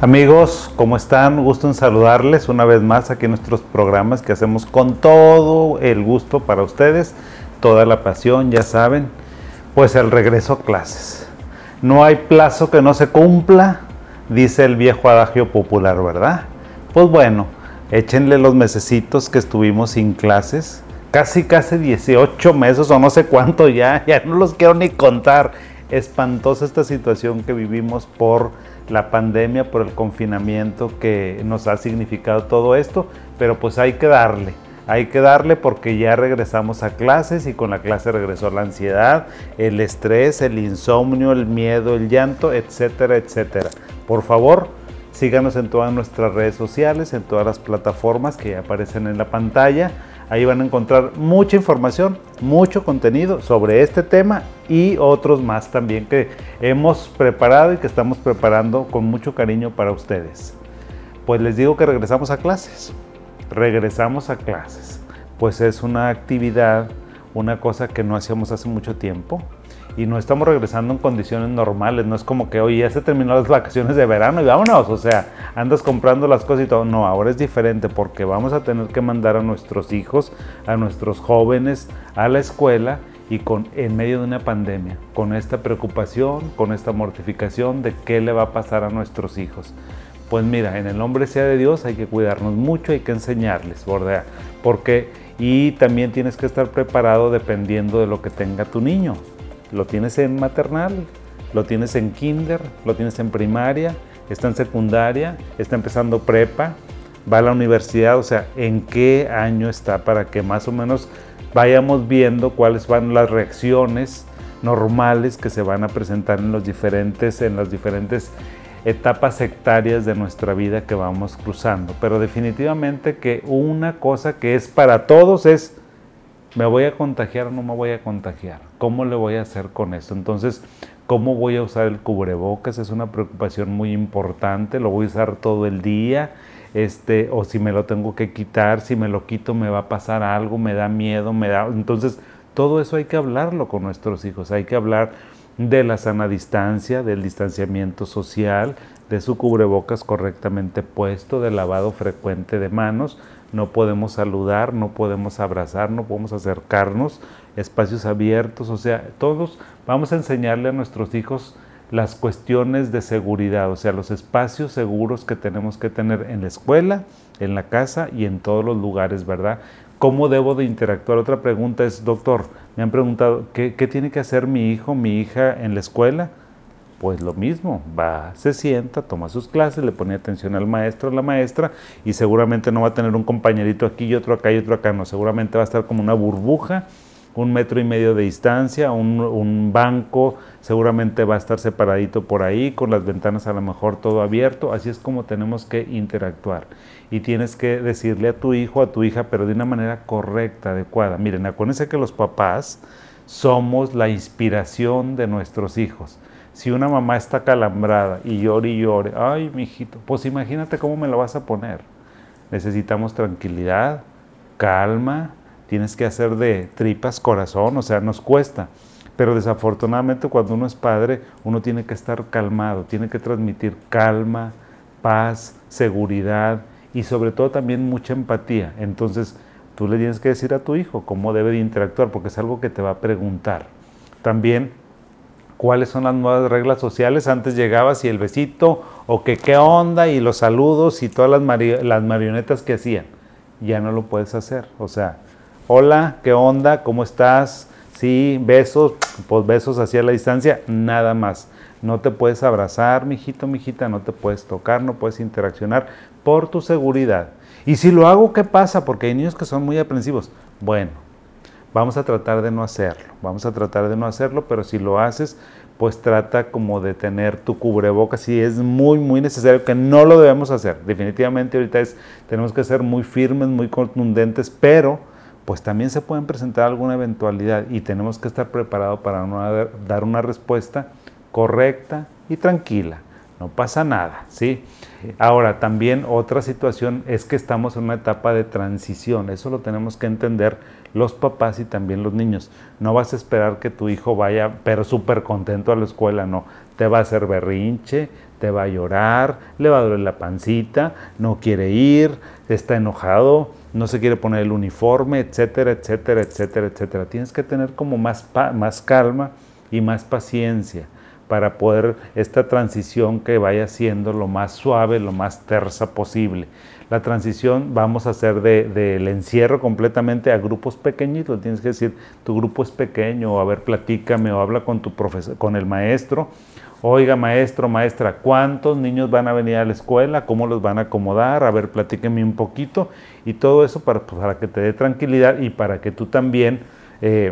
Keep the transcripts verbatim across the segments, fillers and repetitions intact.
Amigos, ¿cómo están? Gusto en saludarles una vez más aquí en nuestros programas que hacemos con todo el gusto para ustedes, toda la pasión, ya saben, pues el regreso a clases. No hay plazo que no se cumpla, dice el viejo adagio popular, ¿verdad? Pues bueno, échenle los mesecitos que estuvimos sin clases, casi casi dieciocho meses o no sé cuánto ya, ya no los quiero ni contar. Espantosa esta situación que vivimos por la pandemia, por el confinamiento que nos ha significado todo esto, pero pues hay que darle, hay que darle porque ya regresamos a clases y con la clase regresó la ansiedad, el estrés, el insomnio, el miedo, el llanto, etcétera, etcétera. Por favor, síganos en todas nuestras redes sociales, en todas las plataformas que aparecen en la pantalla. Ahí van a encontrar mucha información, mucho contenido sobre este tema y otros más también que hemos preparado y que estamos preparando con mucho cariño para ustedes. Pues les digo que regresamos a clases, regresamos a clases. Pues es una actividad, una cosa que no hacíamos hace mucho tiempo y no estamos regresando en condiciones normales. No es como que hoy ya se terminó las vacaciones de verano y vámonos, o sea, andas comprando las cosas y todo. No, ahora es diferente porque vamos a tener que mandar a nuestros hijos, a nuestros jóvenes a la escuela y con, en medio de una pandemia, con esta preocupación, con esta mortificación de qué le va a pasar a nuestros hijos. Pues mira, en el nombre sea de Dios hay que cuidarnos mucho, hay que enseñarles, ¿verdad? Porque, y también tienes que estar preparado dependiendo de lo que tenga tu niño. Lo tienes en maternal, lo tienes en kinder, lo tienes en primaria, está en secundaria, está empezando prepa, va a la universidad, o sea, ¿en qué año está? Para que más o menos vayamos viendo cuáles van las reacciones normales que se van a presentar en, los diferentes, en las diferentes etapas sectarias de nuestra vida que vamos cruzando. Pero definitivamente que una cosa que es para todos es: ¿me voy a contagiar o no me voy a contagiar? ¿Cómo le voy a hacer con esto? Entonces, ¿cómo voy a usar el cubrebocas? Es una preocupación muy importante. ¿Lo voy a usar todo el día? Este, o si me lo tengo que quitar, si me lo quito me va a pasar algo, me da miedo, me da... Entonces, todo eso hay que hablarlo con nuestros hijos. Hay que hablar de la sana distancia, del distanciamiento social, de su cubrebocas correctamente puesto, del lavado frecuente de manos. No podemos saludar, no podemos abrazar, no podemos acercarnos, espacios abiertos, o sea, todos vamos a enseñarle a nuestros hijos las cuestiones de seguridad, o sea, los espacios seguros que tenemos que tener en la escuela, en la casa y en todos los lugares, ¿verdad? ¿Cómo debo de interactuar? Otra pregunta es: doctor, me han preguntado, ¿qué, qué tiene que hacer mi hijo, mi hija en la escuela? Pues lo mismo, va, se sienta, toma sus clases, le pone atención al maestro o la maestra y seguramente no va a tener un compañerito aquí y otro acá y otro acá, no, seguramente va a estar como una burbuja, un metro y medio de distancia, un, un banco, seguramente va a estar separadito por ahí, con las ventanas a lo mejor todo abierto. Así es como tenemos que interactuar y tienes que decirle a tu hijo, a tu hija, pero de una manera correcta, adecuada. Miren, acuérdense que los papás somos la inspiración de nuestros hijos. Si una mamá está calambrada y llore y llore, ay, mijito, pues imagínate cómo me lo vas a poner. Necesitamos tranquilidad, calma, tienes que hacer de tripas corazón, o sea, nos cuesta. Pero desafortunadamente cuando uno es padre, uno tiene que estar calmado, tiene que transmitir calma, paz, seguridad y sobre todo también mucha empatía. Entonces, tú le tienes que decir a tu hijo cómo debe de interactuar, porque es algo que te va a preguntar. También, ¿cuáles son las nuevas reglas sociales? Antes llegabas y el besito, o que qué onda, y los saludos y todas las, mari las marionetas que hacían. Ya no lo puedes hacer. O sea, hola, ¿qué onda? ¿Cómo estás? Sí, besos, pues besos hacia la distancia, nada más. No te puedes abrazar, mijito, mijita, no te puedes tocar, no puedes interaccionar por tu seguridad. Y si lo hago, ¿qué pasa? Porque hay niños que son muy aprensivos. Bueno, vamos a tratar de no hacerlo, vamos a tratar de no hacerlo, pero si lo haces, pues trata como de tener tu cubrebocas, si es muy, muy necesario, que no lo debemos hacer. Definitivamente ahorita es, tenemos que ser muy firmes, muy contundentes, pero pues también se pueden presentar alguna eventualidad y tenemos que estar preparados para no dar una respuesta correcta y tranquila. no pasa nada, ¿sí? Ahora, también otra situación es que estamos en una etapa de transición, eso lo tenemos que entender los papás y también los niños. No vas a esperar que tu hijo vaya, pero súper contento a la escuela, no. Te va a hacer berrinche, te va a llorar, le va a doler la pancita, no quiere ir, está enojado, no se quiere poner el uniforme, etcétera, etcétera, etcétera, etcétera. Tienes que tener como más, más calma y más paciencia para poder esta transición que vaya siendo lo más suave, lo más tersa posible. La transición vamos a hacer del de, de encierro completamente a grupos pequeñitos. Tienes que decir, tu grupo es pequeño, o a ver, platícame, o habla con tu profesor, con el maestro. Oiga, maestro, maestra, ¿cuántos niños van a venir a la escuela? ¿Cómo los van a acomodar? A ver, platíqueme un poquito. Y todo eso para, para que te dé tranquilidad y para que tú también eh,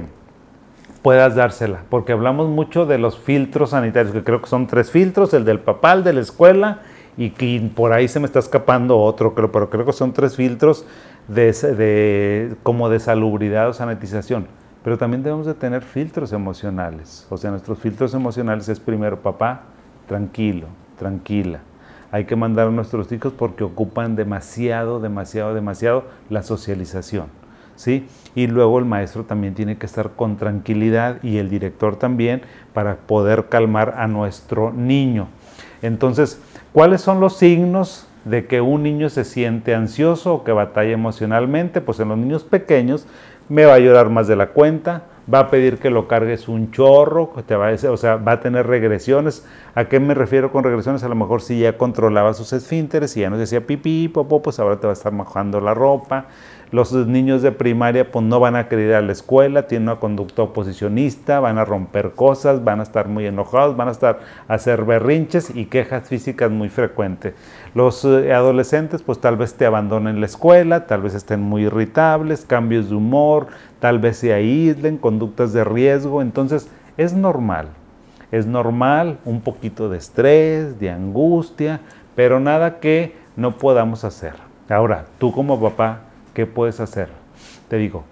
puedas dársela. Porque hablamos mucho de los filtros sanitarios, que creo que son tres filtros, el del papá, el de la escuela, y que por ahí se me está escapando otro, creo, pero creo que son tres filtros de, de, como de salubridad o sanitización. Pero también debemos de tener filtros emocionales. O sea, nuestros filtros emocionales es primero, papá, tranquilo, tranquila. Hay que mandar a nuestros hijos porque ocupan demasiado, demasiado, demasiado la socialización, ¿sí? Y luego el maestro también tiene que estar con tranquilidad y el director también para poder calmar a nuestro niño. Entonces, ¿cuáles son los signos de que un niño se siente ansioso o que batalla emocionalmente? Pues en los niños pequeños me va a llorar más de la cuenta, va a pedir que lo cargues un chorro, te va a decir, o sea, va a tener regresiones. ¿A qué me refiero con regresiones? A lo mejor si ya controlaba sus esfínteres y ya no se hacía pipí, popó, pues ahora te va a estar mojando la ropa. Los niños de primaria pues no van a querer ir a la escuela, tienen una conducta oposicionista, van a romper cosas, van a estar muy enojados, van a estar a hacer berrinches y quejas físicas muy frecuentes. Los eh, adolescentes pues tal vez te abandonen la escuela, tal vez estén muy irritables, cambios de humor, tal vez se aíslen, conductas de riesgo. Entonces es normal, es normal un poquito de estrés, de angustia, pero nada que no podamos hacer. Ahora, tú como papá, ¿qué puedes hacer? Te digo,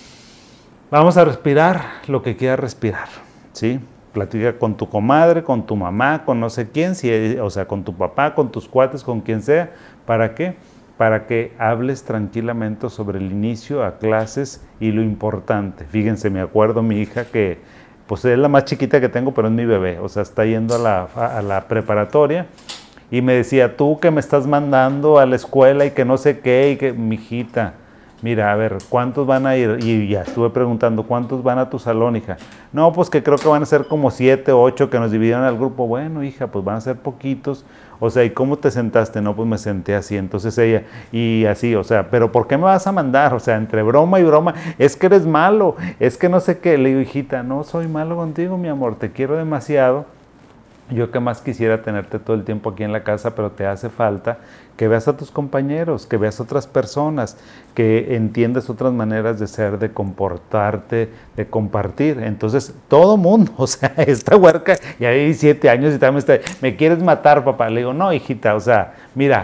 vamos a respirar lo que quieras respirar, ¿sí? Platica con tu comadre, con tu mamá, con no sé quién, si, o sea, con tu papá, con tus cuates, con quien sea. ¿Para qué? Para que hables tranquilamente sobre el inicio a clases y lo importante. Fíjense, me acuerdo mi hija que, pues es la más chiquita que tengo, pero es mi bebé, o sea, está yendo a la, a la preparatoria. Y me decía, tú que me estás mandando a la escuela y que no sé qué, y que, mijita, mira, a ver, ¿cuántos van a ir? Y ya estuve preguntando, ¿cuántos van a tu salón, hija? No, pues que creo que van a ser como siete o ocho que nos dividieron al grupo. Bueno, hija, pues van a ser poquitos. O sea, ¿y cómo te sentaste? No, pues me senté así. Entonces ella, y así, o sea, ¿pero por qué me vas a mandar? O sea, entre broma y broma, es que eres malo, es que no sé qué. Le digo, hijita, no soy malo contigo, mi amor, te quiero demasiado. Yo que más quisiera tenerte todo el tiempo aquí en la casa, pero te hace falta que veas a tus compañeros, que veas a otras personas, que entiendas otras maneras de ser, de comportarte, de compartir. Entonces, todo mundo, o sea, esta huerca ya hay siete años y también está, me quieres matar, papá. Le digo, no, hijita, o sea, mira,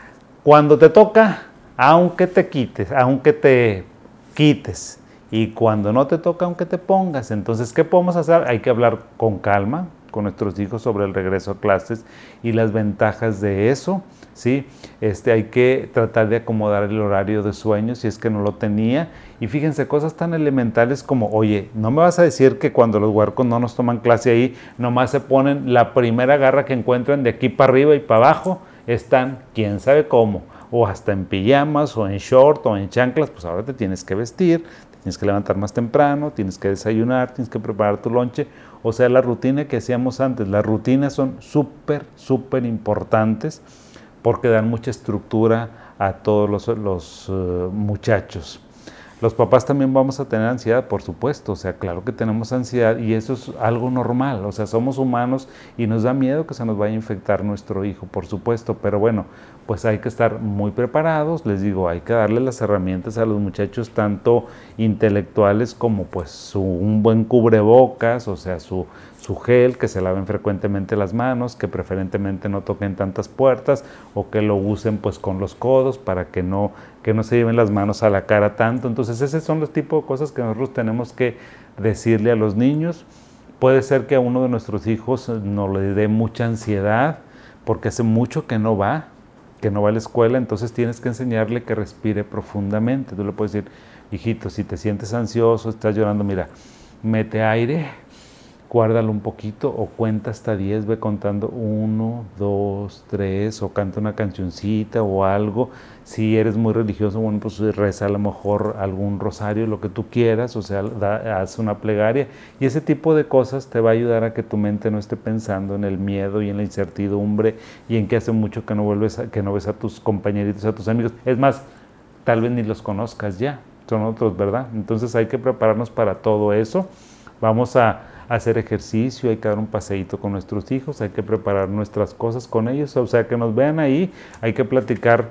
cuando te toca, aunque te quites, aunque te quites, y cuando no te toca, aunque te pongas. Entonces, ¿qué podemos hacer? Hay que hablar con calma con nuestros hijos sobre el regreso a clases y las ventajas de eso, ¿sí? Este, hay que tratar de acomodar el horario de sueño si es que no lo tenía. Y fíjense, cosas tan elementales como, oye, no me vas a decir que cuando los huercos no nos toman clase ahí, nomás se ponen la primera garra que encuentran de aquí para arriba y para abajo, están quién sabe cómo, o hasta en pijamas, o en short, o en chanclas. Pues ahora te tienes que vestir, te tienes que levantar más temprano, tienes que desayunar, tienes que preparar tu lonche. O sea, la rutina que hacíamos antes, las rutinas son súper, súper importantes porque dan mucha estructura a todos los, los uh, muchachos. Los papás también vamos a tener ansiedad, por supuesto, o sea, claro que tenemos ansiedad y eso es algo normal, o sea, somos humanos y nos da miedo que se nos vaya a infectar nuestro hijo, por supuesto, pero bueno, pues hay que estar muy preparados, les digo, hay que darle las herramientas a los muchachos, tanto intelectuales como pues su, un buen cubrebocas, o sea, su, su gel, que se laven frecuentemente las manos, que preferentemente no toquen tantas puertas o que lo usen pues con los codos para que no, que no se lleven las manos a la cara tanto. Entonces esos son los tipos de cosas que nosotros tenemos que decirle a los niños. Puede ser que a uno de nuestros hijos nos le dé mucha ansiedad, porque hace mucho que no va, que no va a la escuela, entonces tienes que enseñarle que respire profundamente. Tú le puedes decir, hijito, si te sientes ansioso, estás llorando, mira, mete aire, guárdalo un poquito o cuenta hasta diez, ve contando uno, dos, tres, o canta una cancioncita o algo. Si eres muy religioso, bueno, pues reza a lo mejor algún rosario, lo que tú quieras, o sea, da, haz una plegaria, y ese tipo de cosas te va a ayudar a que tu mente no esté pensando en el miedo y en la incertidumbre y en que hace mucho que no vuelves a, que no ves a tus compañeritos, a tus amigos. Es más, tal vez ni los conozcas ya, son otros, ¿verdad? Entonces hay que prepararnos para todo eso. Vamos a hacer ejercicio, hay que dar un paseíto con nuestros hijos, hay que preparar nuestras cosas con ellos, o sea, que nos vean ahí, hay que platicar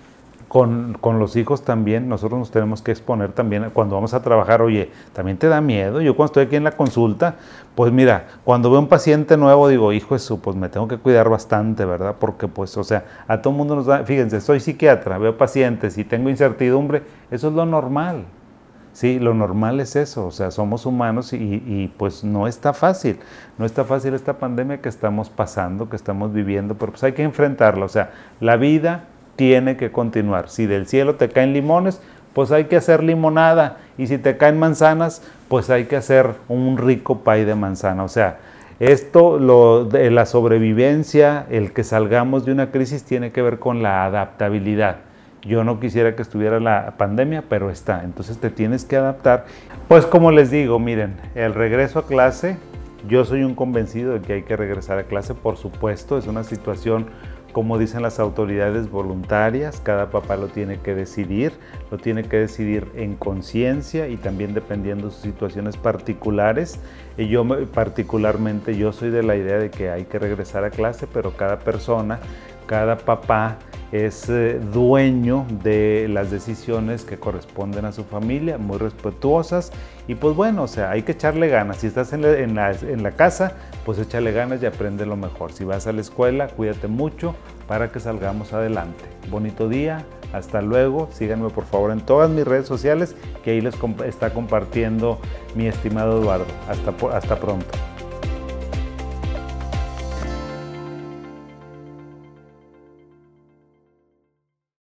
con, con los hijos también. Nosotros nos tenemos que exponer también cuando vamos a trabajar. Oye, ¿también te da miedo? Yo cuando estoy aquí en la consulta, pues mira, cuando veo un paciente nuevo digo, hijo de su, pues me tengo que cuidar bastante, ¿verdad? Porque pues, o sea, a todo mundo nos da, fíjense, soy psiquiatra, veo pacientes y tengo incertidumbre, eso es lo normal. Sí, lo normal es eso, o sea, somos humanos y, y pues no está fácil, no está fácil esta pandemia que estamos pasando, que estamos viviendo, pero pues hay que enfrentarla, o sea, la vida tiene que continuar. Si del cielo te caen limones, pues hay que hacer limonada, y si te caen manzanas, pues hay que hacer un rico pay de manzana, o sea, esto, lo de la sobrevivencia, el que salgamos de una crisis tiene que ver con la adaptabilidad. Yo no quisiera que estuviera la pandemia, pero está. Entonces te tienes que adaptar. Pues como les digo, miren, el regreso a clase, yo soy un convencido de que hay que regresar a clase, por supuesto. Es una situación, como dicen las autoridades, voluntarias. Cada papá lo tiene que decidir, lo tiene que decidir en conciencia y también dependiendo de sus situaciones particulares. Y yo particularmente, yo soy de la idea de que hay que regresar a clase, pero cada persona, cada papá es eh, dueño de las decisiones que corresponden a su familia, muy respetuosas, y pues bueno, o sea, hay que echarle ganas. Si estás en la, en la, en la casa, pues échale ganas y aprende lo mejor. Si vas a la escuela, cuídate mucho para que salgamos adelante. Bonito día, hasta luego. Síganme por favor en todas mis redes sociales, que ahí les comp- está compartiendo mi estimado Eduardo. Hasta, hasta pronto.